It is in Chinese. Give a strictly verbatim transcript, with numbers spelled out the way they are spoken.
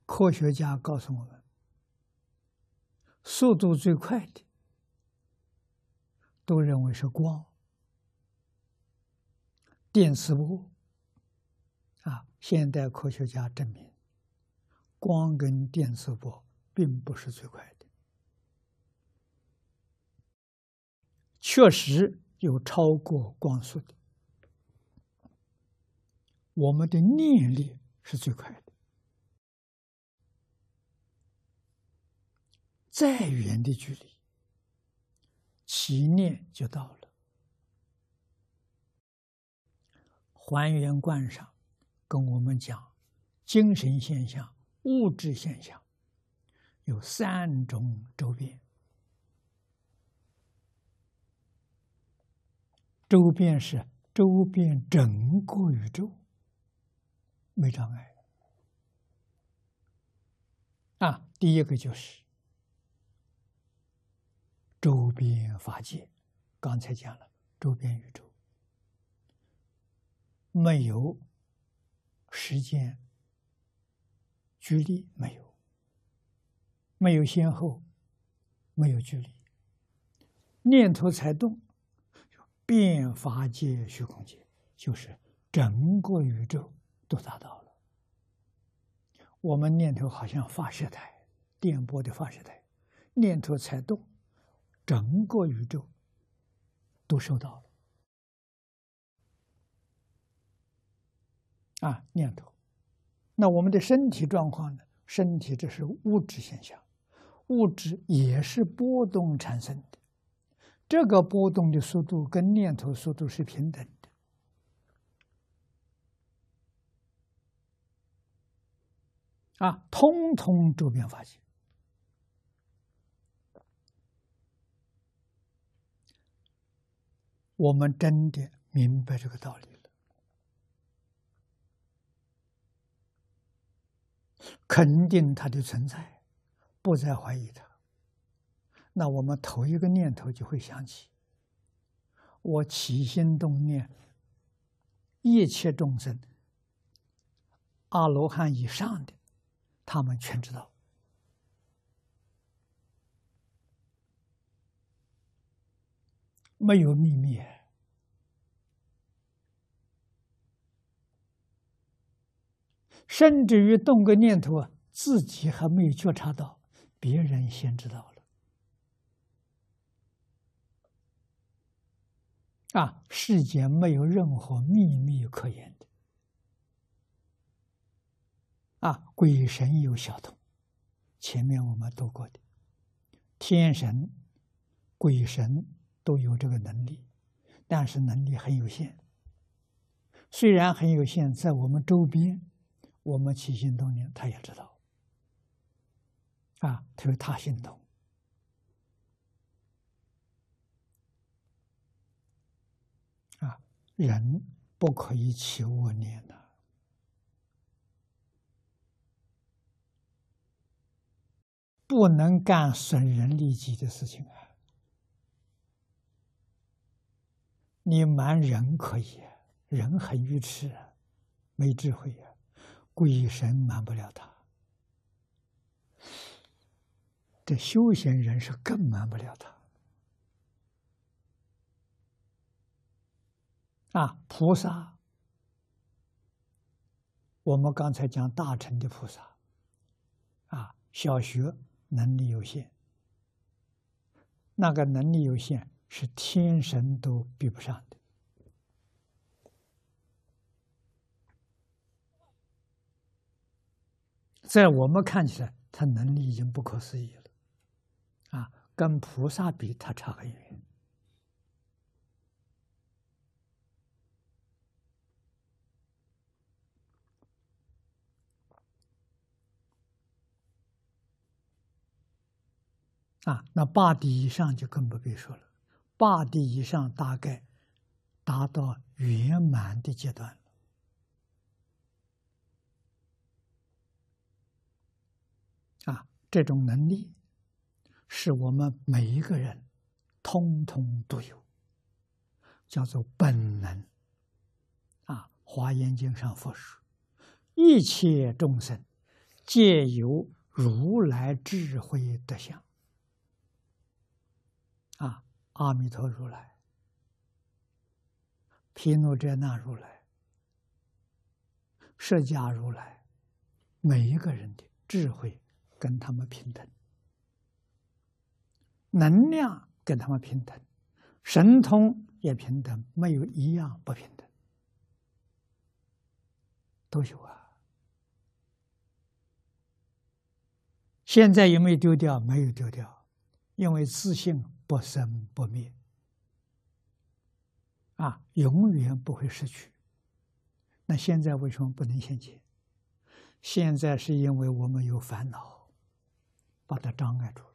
科学家告诉我们，速度最快的都认为是光、电磁波。啊，现代科学家证明，光跟电磁波并不是最快的，确实有超过光速的。我们的念力是最快的，再远的距离，起念就到了。还原观上跟我们讲，精神现象、物质现象有三种周边。周边是周边整个宇宙，没障碍。啊，第一个就是周边法界，刚才讲了，周边宇宙没有时间距离，没有，没有先后，没有距离，念头才动，变法界、虚空界，就是整个宇宙都达到了。我们念头好像发射台，电波的发射台，念头才动，整个宇宙都收到了。啊，念头。那我们的身体状况呢？身体这是物质现象，物质也是波动产生的，这个波动的速度跟念头速度是平等的。啊，通通周边法界。我们真的明白这个道理了，肯定它的存在，不再怀疑它。那我们头一个念头就会想起，我起心动念，一切众生，阿罗汉以上的，他们全知道。没有秘密，甚至于动个念头啊，自己还没有觉察到，别人先知道了。啊，世间没有任何秘密可言的。啊，鬼神有小通，前面我们读过的，天神、鬼神都有这个能力，但是能力很有限。虽然很有限，在我们周边，我们起心动念，他也知道。啊，他说他心动。啊，人不可以起恶念的，不能干损人利己的事情啊。你瞒人可以，人很愚痴啊，没智慧啊，鬼神瞒不了他。这修行人是更瞒不了他。啊，菩萨，我们刚才讲大乘的菩萨，啊，小学能力有限，那个能力有限是天神都比不上的。在我们看起来，他能力已经不可思议了，啊，跟菩萨比，他差很远。啊，那八地以上就更不必说了，八地以上大概达到圆满的阶段了。啊，这种能力是我们每一个人通通都有，叫做本能。啊，《华严经》上佛说，一切众生皆有如来智慧德相。啊，阿弥陀如来、毗卢遮那如来、释迦如来，每一个人的智慧跟他们平等，能量跟他们平等，神通也平等，没有一样不平等，都有啊。现在有没有丢掉？没有丢掉，因为自信不生不灭，啊，永远不会失去。那现在为什么不能现前？现在是因为我们有烦恼，把它障碍住了。